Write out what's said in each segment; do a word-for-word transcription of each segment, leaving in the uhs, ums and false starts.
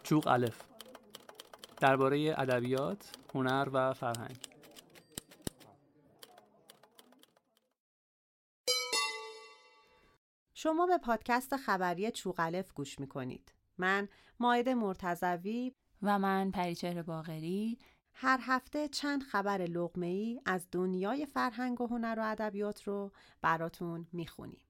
چوغ الف، درباره ادبیات، هنر و فرهنگ. شما به پادکست خبری چوغ الف گوش میکنید. من مائده مرتضوی و من پریچهره باقری هر هفته چند خبر لقمه‌ای از دنیای فرهنگ و هنر و ادبیات رو براتون میخونیم.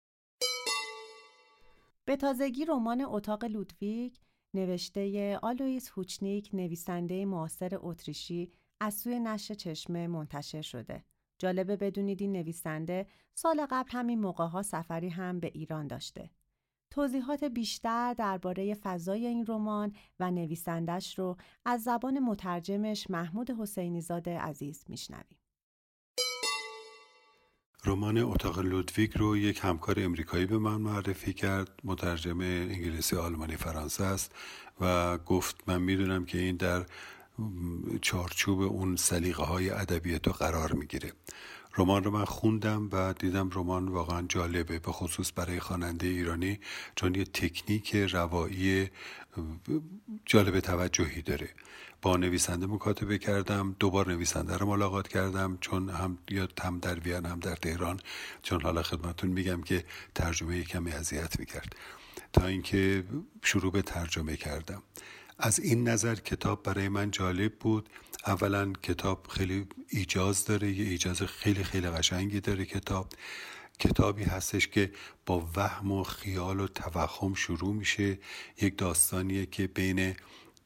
به تازگی رمان اتاق لودویگ نوشته آلویس هوچنیک، نویسنده معاصر اتریشی، از سوی نشر چشمه منتشر شده. جالبه بدونید این نویسنده سال قبل همین موقع‌ها سفری هم به ایران داشته. توضیحات بیشتر درباره فضای این رمان و نویسندش رو از زبان مترجمش محمود حسینی زاده عزیز میشنویم. رمان اتاق لودویگ رو یک همکار امریکایی به من معرفی کرد. مترجم انگلیسی، آلمانی، فرانسه است و گفت من میدونم که این در چارچوب اون سلیقه های ادبیات قرار میگیره. رمان رو من خوندم و دیدم رمان واقعا جالبه، به خصوص برای خواننده ایرانی، چون یه تکنیک روایی جالب توجهی داره. با نویسنده مکاتبه کردم، دوبار نویسنده رو ملاقات کردم، چون هم یا هم در وین هم در تهران، چون حالا خدمتون میگم که ترجمه کمی اذیت میکرد، تا اینکه شروع به ترجمه کردم. از این نظر کتاب برای من جالب بود. اولا کتاب خیلی ایجاز داره، یه ایجاز خیلی خیلی قشنگی داره. کتاب کتابی هستش که با وهم و خیال و توهم شروع میشه. یک داستانیه که بین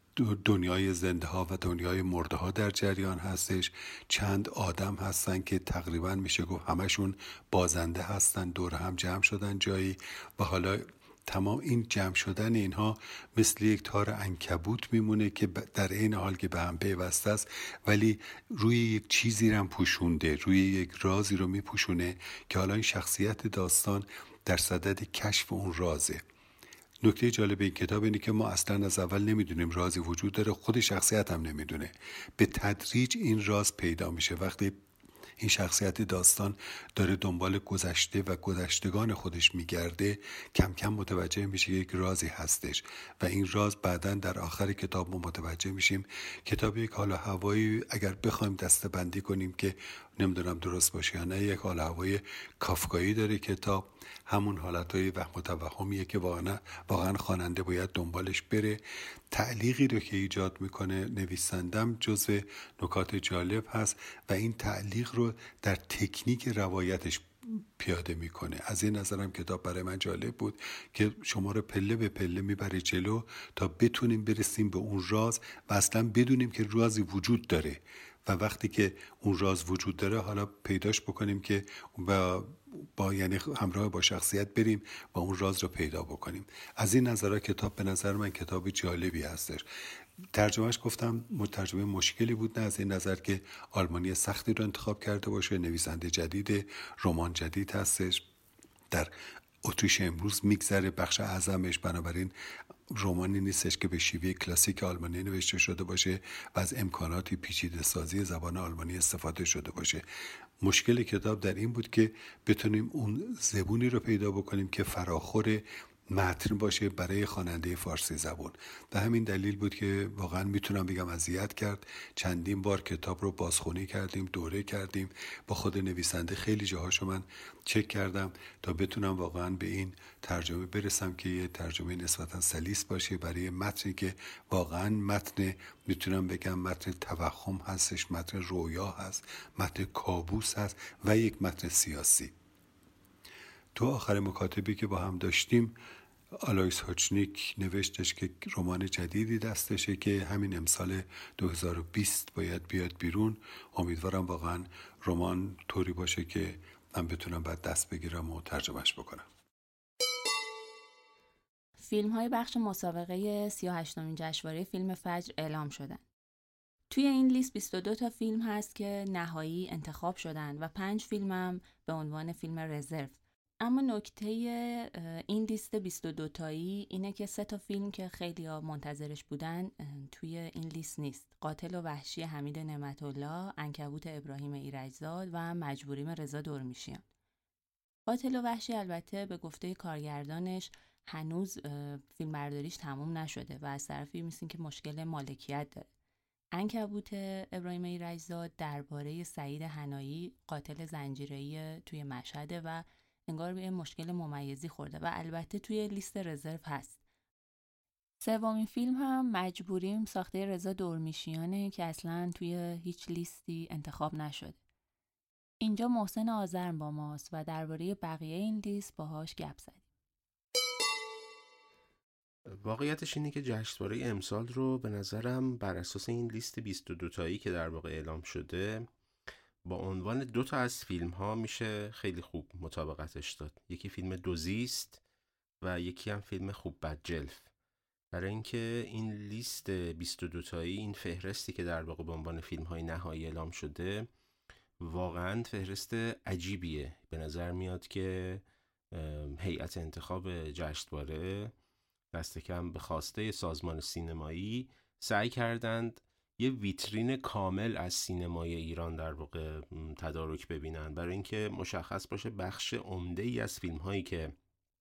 دنیای زنده ها و دنیای مرده ها در جریان هستش. چند آدم هستن که تقریبا میشه گفت همشون بازنده هستن، دور هم جمع شدن جایی و حالا تمام این جمع شدن اینها مثل یک تار عنکبوت میمونه که در این حال که به هم پیوسته است، ولی روی یک چیزی رو پوشونده، روی یک رازی رو میپوشونه که حالا این شخصیت داستان در صدد کشف اون رازه. نکته جالب این کتاب اینه که ما اصلا از اول نمیدونیم رازی وجود داره، خود شخصیت هم نمیدونه. به تدریج این راز پیدا میشه. وقتی این شخصیت داستان داره دنبال گذشته و گذشتگان خودش میگرده، کم کم متوجه میشه یک رازی هستش و این راز بعداً در آخر کتاب ما متوجه میشیم. کتاب یک حال و هوایی، اگر بخوایم دسته بندی کنیم که نمیدونم درست باشه یا نه، یک حال و هوای کافکایی داره کتاب. همون حالتهای وهم و توهمیه که واقعا واقعا خواننده باید دنبالش بره. تعلیقی رو که ایجاد میکنه نویسندم جزو نکات جالب هست و این تعلیق رو در تکنیک روایتش پیاده میکنه. از این نظرم کتاب برای من جالب بود که شما رو پله به پله میبره جلو تا بتونیم برسیم به اون راز و اصلا بدونیم که رازی وجود داره و وقتی که اون راز وجود داره حالا پیداش بکنیم که با, با یعنی همراه با شخصیت بریم و اون راز رو پیدا بکنیم. از این نظر کتاب به نظر من کتاب جالبی هستش. ترجمهش گفتم ترجمه مشکلی بود، نه از این نظر که آلمانی سختی رو انتخاب کرده باشه، نویسنده جدید، رمان جدید هستش، در اتریش امروز میگذره بخش اعظمش، بنابراین رمانی نیستش که به شیوه کلاسیک آلمانی نوشته شده باشه و از امکاناتی پیچیده سازی زبان آلمانی استفاده شده باشه. مشکل کتاب در این بود که بتونیم اون زبونی رو پیدا بکنیم که فراخور متن باشه برای خواننده فارسی زبان. به همین دلیل بود که واقعا میتونم بگم اذیت کرد. چندین بار کتاب رو بازخوانی کردیم، دوره کردیم، با خود نویسنده خیلی جاهاشو من چک کردم تا بتونم واقعا به این ترجمه برسم که یه ترجمه نسبتا سلیس باشه برای متنی که واقعا متن میتونم بگم متن توهم هستش، متن رویا هست، متن کابوس هست و یک متن سیاسی. تو آخر مکاتبی که با هم داشتیم آلویس هوچنیک نوشتش که رمان جدیدی دستشه که همین امسال دو هزار و بیست باید بیاد بیرون. امیدوارم واقعا رمان طوری باشه که من بتونم بعد دست بگیرم و ترجمهش بکنم. فیلم های بخش مسابقه سی و هشتمین جشنواره فیلم فجر اعلام شدن. توی این لیست بیست و دو تا فیلم هست که نهایی انتخاب شدن و پنج فیلم هم به عنوان فیلم رزرو. اما نکته این لیست بیست و دو تایی اینه که سه تا فیلم که خیلی ها منتظرش بودن توی این لیست نیست. قاتل و وحشی حمید نعمت‌الله، عنکبوت ابراهیم ایرجزاد و مجبوریم رضا دورمیشیان. قاتل و وحشی البته به گفته کارگردانش هنوز فیلم برداریش تموم نشده و از طرفی مثل که مشکل مالکیت داره. عنکبوت ابراهیم ایرجزاد درباره سعید حنایی قاتل زنجیره‌ای توی مشهد و انگار به مشکل ممیزی خورده و البته توی لیست رزرو هست. سومین فیلم هم مجبوریم ساخته رضا دورمیشیانه که اصلاً توی هیچ لیستی انتخاب نشده. اینجا محسن آذرم با ماست و درباره بقیه این لیست باهاش گپ زدیم. واقعیتش اینه که جشنواره امسال رو به نظرم بر اساس این لیست بیست و دو تایی که در واقع اعلام شده با عنوان دو تا از فیلم ها میشه خیلی خوب مطابقتش داد. یکی فیلم دوزیست و یکی هم فیلم خوب بدجلف. برای اینکه این لیست بیست و دو تایی، این فهرستی که در واقع به عنوان فیلم های نهایی اعلام شده واقعا فهرست عجیبیه. به نظر میاد که هیئت انتخاب جشنواره دست کم به خواسته سازمان سینمایی سعی کردند یه ویترین کامل از سینمای ایران در واقع تدارک ببینن، برای اینکه مشخص باشه بخش عمده ای از فیلم هایی که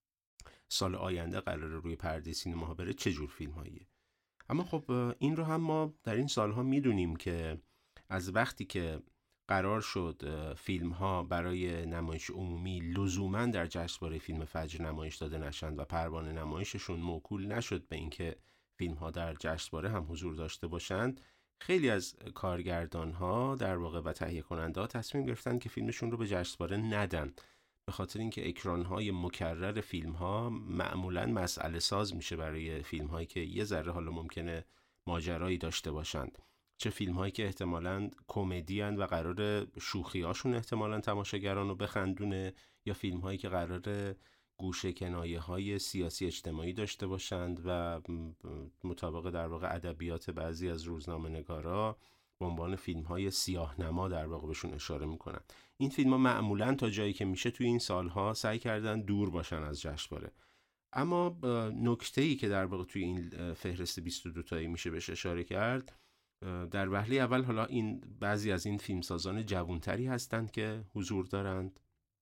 سال آینده قراره روی پرده سینما ها بره چه جور فیلم هاییه. اما خب این رو هم ما در این سالها میدونیم که از وقتی که قرار شد فیلم ها برای نمایش عمومی لزوما در جشنواره فیلم فجر نمایش داده نشند و پروانه نمایششون موکول نشد به اینکه فیلم ها در جشنواره هم حضور داشته باشند، خیلی از کارگردان ها در واقع و تهیه کننده ها تصمیم گرفتن که فیلمشون رو به جشنواره ندن، به خاطر اینکه اکران های مکرر فیلم ها معمولاً مسئله ساز میشه برای فیلم هایی که یه ذره حالا ممکنه ماجرایی داشته باشند، چه فیلم هایی که احتمالاً کمدی ان و قرار شوخی هاشون احتمالاً تماشاگران رو بخندونه، یا فیلم هایی که قرار گوشه کنایه های سیاسی اجتماعی داشته باشند و مطابق در واقع ادبیات بعضی از روزنامه نگارا به عنوان فیلم های سیاه نما در واقع بهشون اشاره میکنن. این فیلم ها معمولاً تا جایی که میشه توی این سالها سعی کردن دور باشن از جشنواره. اما نکته‌ای که در واقع توی این فهرست بیست و دو تایی میشه بهش اشاره کرد، در وهله اول حالا این بعضی از این فیلمسازان جوانتری هستند که حضور دارند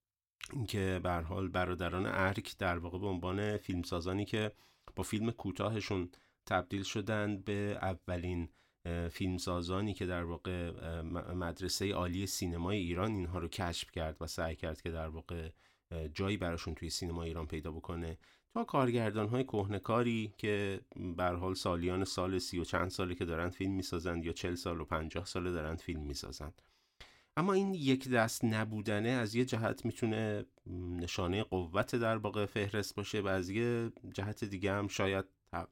که به هر حال برادران ارک در واقع به عنوان فیلمسازانی که با فیلم کوتاهشون تبدیل شدند به اولین فیلمسازانی که در واقع مدرسه عالی سینمای ایران اینها رو کشف کرد و سعی کرد که در واقع جایی براشون توی سینما ایران پیدا بکنه، تا کارگردان‌های کهنه‌کاری که به هر حال سالیان سال سی و چند ساله که دارن فیلم می‌سازند یا چهل سال و پنجاه ساله دارن فیلم می‌سازند. اما این یک دست نبودنه از یه جهت میتونه نشانه قوت در واقع فهرست باشه و از یه جهت دیگه هم شاید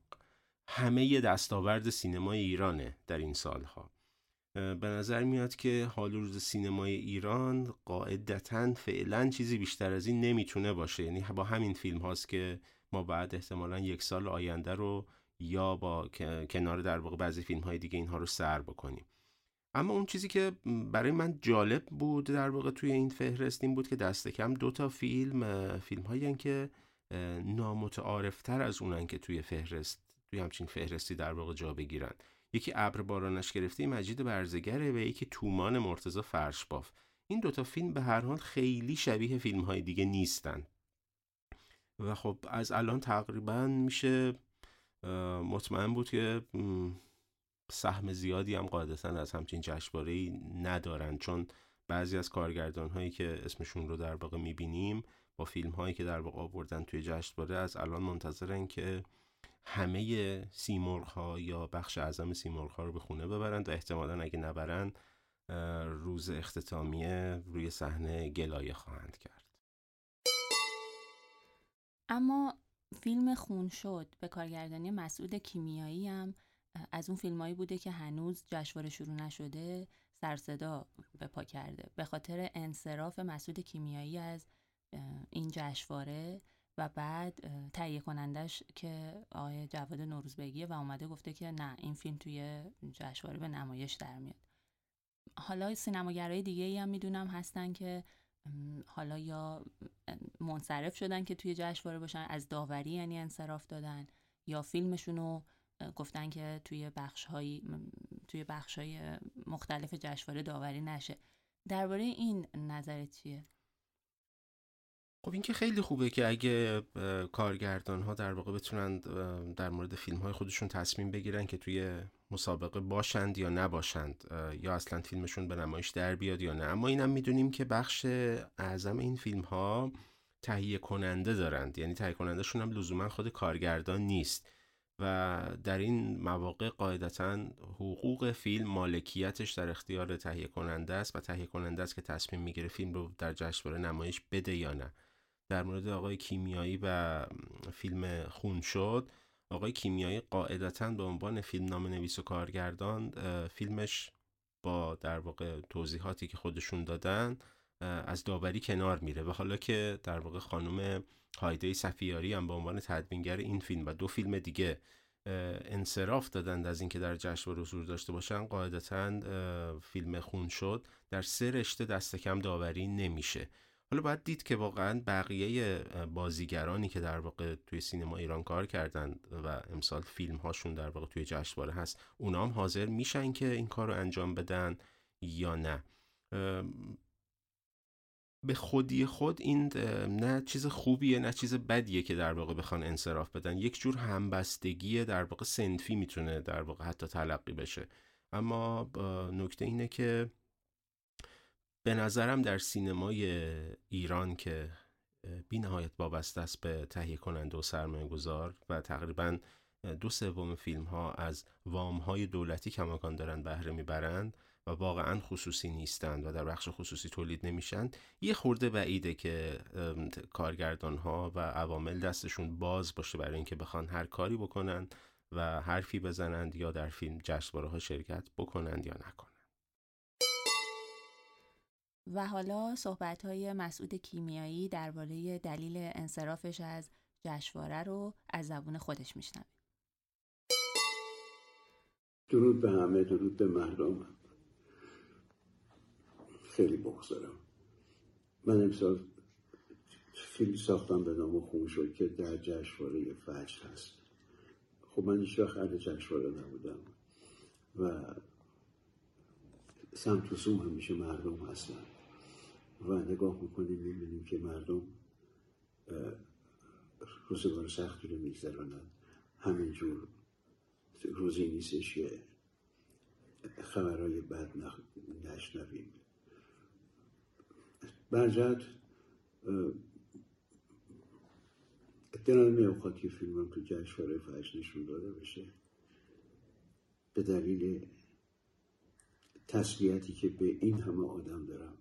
همه دستاورد سینمای ایرانه در این سالها. به نظر میاد که حال روز سینمای ایران قاعدتاً فعلاً چیزی بیشتر از این نمیتونه باشه، یعنی با همین فیلم هاست که ما بعد احتمالاً یک سال آینده رو یا با کنار در واقع بعضی فیلم های دیگه اینها رو سر بکنیم. اما اون چیزی که برای من جالب بود در واقع توی این فهرست این بود که دست کم دو تا فیلم فیلم هایی هن که نامتعارفتر از اونن که توی فهرست توی همچین فهرستی در واقع جا بگیرن. یکی ابر بارانش گرفته مجید برزگره و یکی تومان مرتضی فرشباف. این دوتا فیلم به هر حال خیلی شبیه فیلم های دیگه نیستن و خب از الان تقریبا میشه مطمئن بود که سهم زیادی هم قاعدتاً از همچین جشنواره‌ای ندارن، چون بعضی از کارگردان هایی که اسمشون رو در واقع میبینیم با فیلم هایی که در واقع آوردن توی جشنواره از الان منتظرن که همه سیمرغ ها یا بخش اعظم سیمرغ ها رو به خونه ببرند و احتمالاً اگه نبرن روز اختتامیه روی صحنه گلایه خواهند کرد. اما فیلم خون شد به کارگردانی مسعود کیمیایی هم از اون فیلمایی بوده که هنوز جشنواره شروع نشده سر صدا به پا کرده به خاطر انصراف مسعود کیمیایی از این جشنواره و بعد تهیه کنندش که آقای جواد نوروزبگیه و اومده گفته که نه این فیلم توی جشنواره به نمایش در میاد. حالا سینماگرای دیگه ای هم میدونم هستن که حالا یا منصرف شدن که توی جشنواره باشن، از داوری یعنی انصراف دادن، یا فیلمشونو گفتن که توی بخش‌های توی بخش‌های مختلف جشنواره داوری نشه. درباره این نظرت چیه؟ خب این که خیلی خوبه که اگه کارگردان ها در واقع بتونن در مورد فیلم های خودشون تصمیم بگیرن که توی مسابقه باشند یا نباشند، یا اصلا فیلمشون به نمایش در بیاد یا نه. اما اینم میدونیم که بخش اعظم این فیلم ها تهیه کننده دارند، یعنی تهیه کننده شون هم لزوما خود کارگردان نیست و در این مواقع قاعدتاً حقوق فیلم مالکیتش در اختیار تهیه کننده است و تهیه کننده است که تصمیم میگیره فیلم رو در جشنواره نمایش بده یا نه. در مورد آقای کیمیایی و فیلم خون شد، آقای کیمیایی قاعدتاً به عنوان فیلمنامه نویس و کارگردان فیلمش با در واقع توضیحاتی که خودشون دادن از داوری کنار میره و حالا که در واقع خانم هایده صفیاری هم به عنوان تدوینگر این فیلم و دو فیلم دیگه انصراف دادند از اینکه در جشنواره حضور داشته باشن، قاعدتاً فیلم خون شد در سه رشته دست کم داوری نمیشه. حالا باید دید که واقعا بقیه بازیگرانی که در واقع توی سینما ایران کار کردن و امسال فیلم هاشون در واقع توی جشنواره هست، اونا هم حاضر میشن که این کار رو انجام بدن یا نه. به خودی خود این نه چیز خوبیه نه چیز بدیه که در واقع بخوان انصراف بدن. یک جور همبستگی در واقع صنفی میتونه در واقع حتی تلقی بشه. اما نکته اینه که به نظرم در سینمای ایران که بی نهایت وابسته است به تهیه کننده و سرمایه گذار و تقریباً دو سوم فیلم ها از وام های دولتی کماکان دارن بهره میبرند و واقعاً خصوصی نیستند و در بخش خصوصی تولید نمیشن، یه خورده بعیده که کارگردان ها و عوامل دستشون باز باشه برای اینکه بخوان هر کاری بکنن و حرفی بزنند یا در فیلم جشنواره ها شرکت بکنند یا نکنند. و حالا صحبت‌های مسعود کیمیایی درباره دلیل انصرافش از جشنواره رو از زبون خودش میشنویم. درود به همه، درود به مردم. خیلی بغض‌دارم. من امسال فیلم ساختم به نام خون شد که در جشنواره فجر هست. خب من هیچ وقت اهل جشنواره نبودم و سمت و سوم همیشه مردم هستن و نگاه میکنیم میبینیم که مردم روزگار سختی رو میگذرانن. همینجور روزی نیستش که خبرهای بد نشنویم. برجت دلم میخواد که فیلمم تو جشنواره فجر نشون داده بشه به دلیل تسلیتی که به این همه آدم دارم،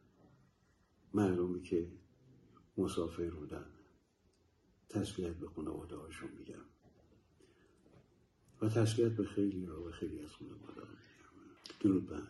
مردمی که مسافر بودن، تسلیت به خانواده هاشون میگم و تسلیت به خیلی ها و خیلی از خانواده ها میگم. درود به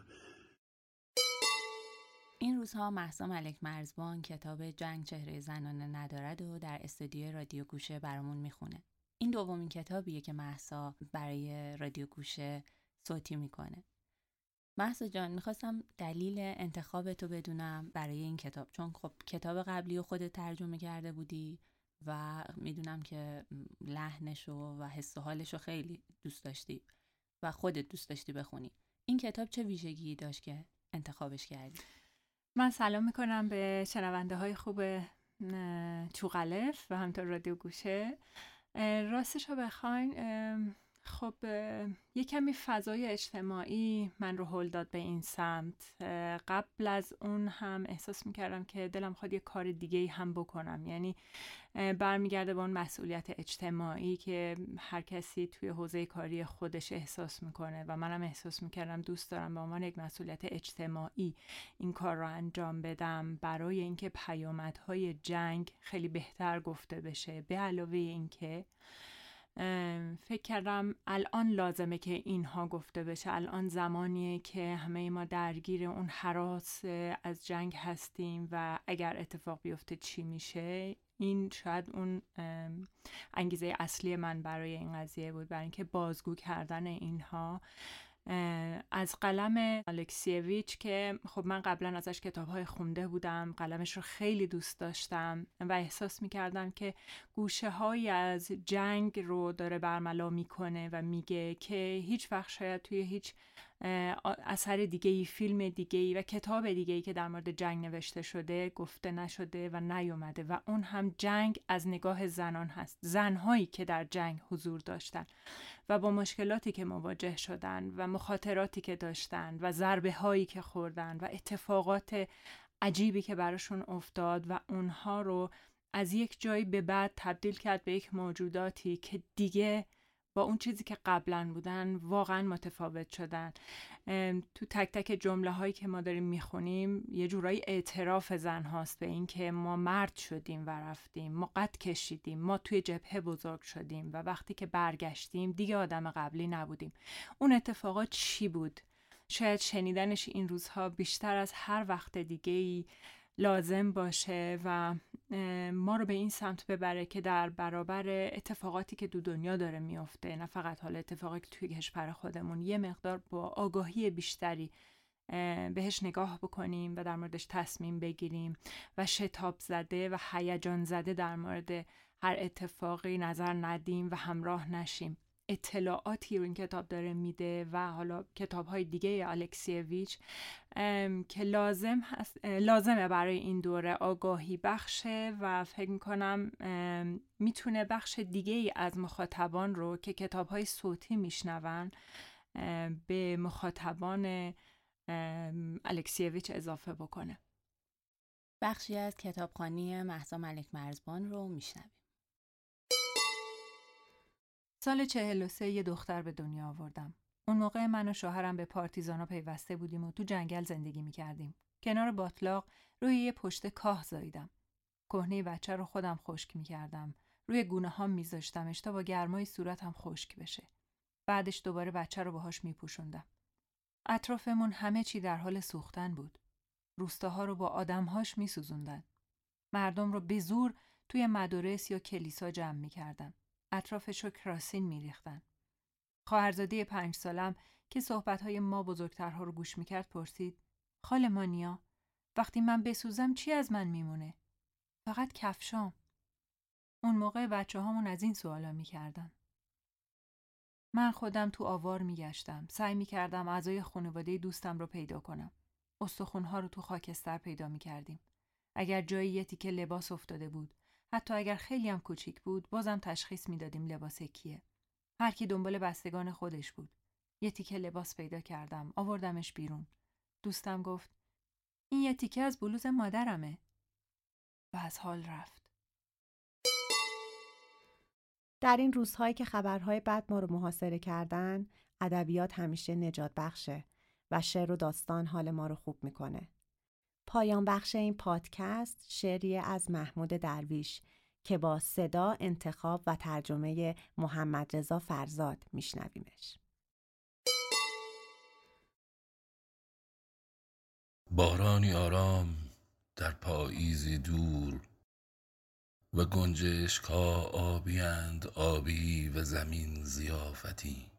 این روزها مهسا ملک مرزبان کتاب جنگ چهره زنانه ندارد و در استودیو رادیو گوشه برامون میخونه. این دومین کتابیه که مهسا برای رادیو گوشه صوتی میکنه. مهسا جان، میخواستم دلیل انتخاب تو بدونم برای این کتاب، چون خب کتاب قبلی رو خودت ترجمه کرده بودی و میدونم که لحنشو و حس و حالشو خیلی دوست داشتی و خودت دوست داشتی بخونی. این کتاب چه ویژگی داشت که انتخابش کردی؟ من سلام میکنم به شنونده های خوب چوغلف و همینطور رادیو گوشه. راستش رو بخواین خب یه کمی فضای اجتماعی من رو هل داد به این سمت. قبل از اون هم احساس میکردم که دلم خواهد یه کار دیگه هم بکنم، یعنی برمیگرده به اون مسئولیت اجتماعی که هر کسی توی حوزه کاری خودش احساس میکنه و منم احساس میکردم دوست دارم به عنوان یک مسئولیت اجتماعی این کار رو انجام بدم برای اینکه پیامدهای جنگ خیلی بهتر گفته بشه. به علاوه اینکه فکر کردم الان لازمه که اینها گفته بشه، الان زمانیه که همه ما درگیر اون هراس از جنگ هستیم و اگر اتفاق بیفته چی میشه. این شاید اون انگیزه اصلی من برای این قضیه بود، برای اینکه بازگو کردن اینها از قلم الکسیویچ که خب من قبلا ازش کتاب‌های خونده بودم، قلمش رو خیلی دوست داشتم و احساس می‌کردم که گوشه‌هایی از جنگ رو داره برملا می‌کنه و میگه که هیچ وقت شاید توی هیچ اثر دیگه‌ای، فیلم دیگه‌ای و کتاب دیگه‌ای که در مورد جنگ نوشته شده گفته نشده و نیومده و اون هم جنگ از نگاه زنان هست. زنهایی که در جنگ حضور داشتن و با مشکلاتی که مواجه شدن و مخاطراتی که داشتن و ضربه هایی که خوردن و اتفاقات عجیبی که براشون افتاد و اونها رو از یک جایی به بعد تبدیل کرد به یک موجوداتی که دیگه با اون چیزی که قبلا بودن واقعا متفاوت شدن. تو تک تک جمله هایی که ما داریم میخونیم یه جورایی اعتراف زن هاست به این که ما مرد شدیم و رفتیم، ما قد کشیدیم، ما توی جبهه بزرگ شدیم و وقتی که برگشتیم دیگه آدم قبلی نبودیم. اون اتفاقات چی بود؟ شاید شنیدنش این روزها بیشتر از هر وقت دیگه‌ای لازم باشه و ما رو به این سمت ببره که در برابر اتفاقاتی که دو دنیا داره میفته، نه فقط حالا اتفاقی که توی کشور خودمون، یه مقدار با آگاهی بیشتری بهش نگاه بکنیم و در موردش تصمیم بگیریم و شتاب زده و هیجان زده در مورد هر اتفاقی نظر ندیم و همراه نشیم. اطلاعاتی رو این کتاب داره میده و حالا کتاب‌های دیگه الکسیویچ که لازم هست، لازمه برای این دوره آگاهی بخشه و فکر میکنم میتونه بخش دیگه ای از مخاطبان رو که کتاب‌های صوتی میشنون به مخاطبان الکسیویچ اضافه بکنه. بخشی از کتابخوانی مهسا ملک مرزبان رو میشنویم. سال چهل و سه یه دختر به دنیا آوردم. اون موقع من و شوهرم به پارتیزانا پیوسته بودیم و تو جنگل زندگی میکردیم. کنار باطلاق روی یه پشت کاه زاییدم. کهنه بچه رو خودم خشک میکردم. روی گونه هام میذاشتمش تا با گرمای صورتم خشک بشه. بعدش دوباره بچه رو باهاش میپوشوندم. اطرافمون همه چی در حال سوختن بود. روستاها رو با آدمهاش میسوزوندن. مردم رو به زور توی مدارس یا کلیسا جمع میکردن. اطرافش رو کراسین میریختن. خواهرزاده پنج سالم که صحبتهای ما بزرگترها رو گوش میکرد پرسید: خاله مانیا، وقتی من بسوزم چی از من میمونه؟ فقط کفشام. اون موقع بچه هامون از این سوالا میکردن. من خودم تو آوار میگشتم. سعی میکردم اعضای خانواده دوستم رو پیدا کنم. استخونها رو تو خاکستر پیدا میکردیم. اگر جایی یه تیکه لباس افتاده بود، حتی اگر خیلی هم کوچیک بود، بازم تشخیص میدادیم لباس کیه. هر کی دنبال بستگان خودش بود. یه تیکه لباس پیدا کردم، آوردمش بیرون. دوستم گفت: این یه تیکه از بلوز مادرمه. و از حال رفت. در این روزهایی که خبرهای بد ما رو محاصره کردن، ادبیات همیشه نجات بخشه و شعر و داستان حال ما رو خوب میکنه. پایان بخش این پادکست شعری از محمود درویش که با صدا، انتخاب و ترجمه محمد رضا فرزاد میشنویمش. بارانی آرام در پاییزی دور و گنجشک‌ها آبی‌اند آبی و زمین ضیافتی.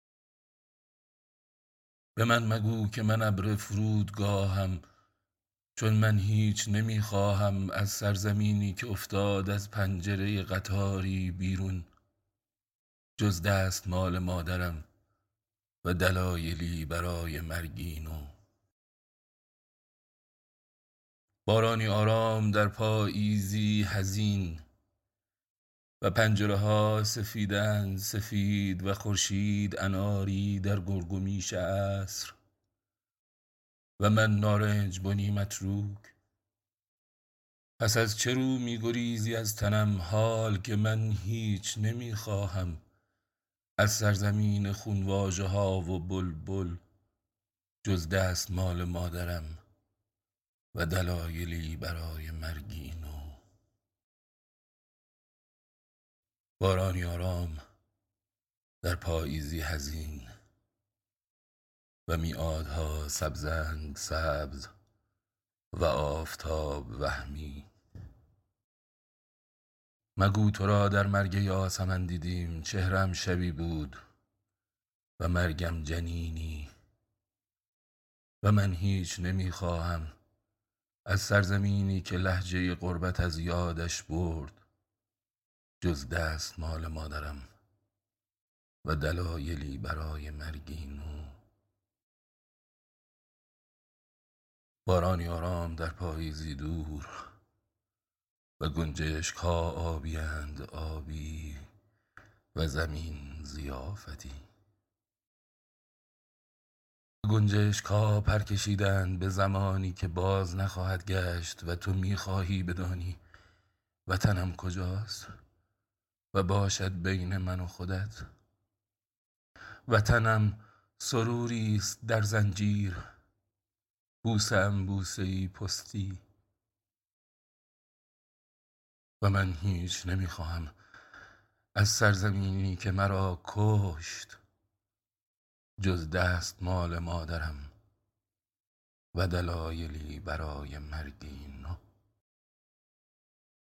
به من مگو که من ابر فرودگاهم، چون من هیچ نمیخواهم از سرزمینی که افتاد از پنجره قطاری بیرون، جز دست مال مادرم و دلایلی برای مرگینو. بارانی آرام در پاییزی حزین و پنجره ها سفیدند سفید و خورشید اناری در گرگومیش عصر و من نارنج بنی متروک. پس از چه رو می گریزی از تنم حال که من هیچ نمی خواهم از سرزمین خونواژه ها و بلبل، جز دست مال مادرم و دلایلی برای مرگینو. بارانی آرام در پاییزی حزین و میعادها سبزند سبز و آفتاب وهمی. مگو تو را در مرگ یاسمن دیدیم، چهرم شبی بود و مرگم جنینی و من هیچ نمیخواهم از سرزمینی که لهجه غربت از یادش برد، جز دست مال مادرم و دلایلی برای مرگینو. بارانی آرام در پاییزی دور و گنجشک ها آبیند آبی و زمین ضیافتی. گنجشک ها پر کشیدند به زمانی که باز نخواهد گشت و تو میخواهی بدانی وطنم کجاست و باشد بین من و خودت. وطنم سروری است در زنجیر، بوسه‌ام بوسه‌ای پستی و من هیچ نمیخواهم از سرزمینی که مرا کشت جز دست مال مادرم و دلایلی برای مرگ این نوع.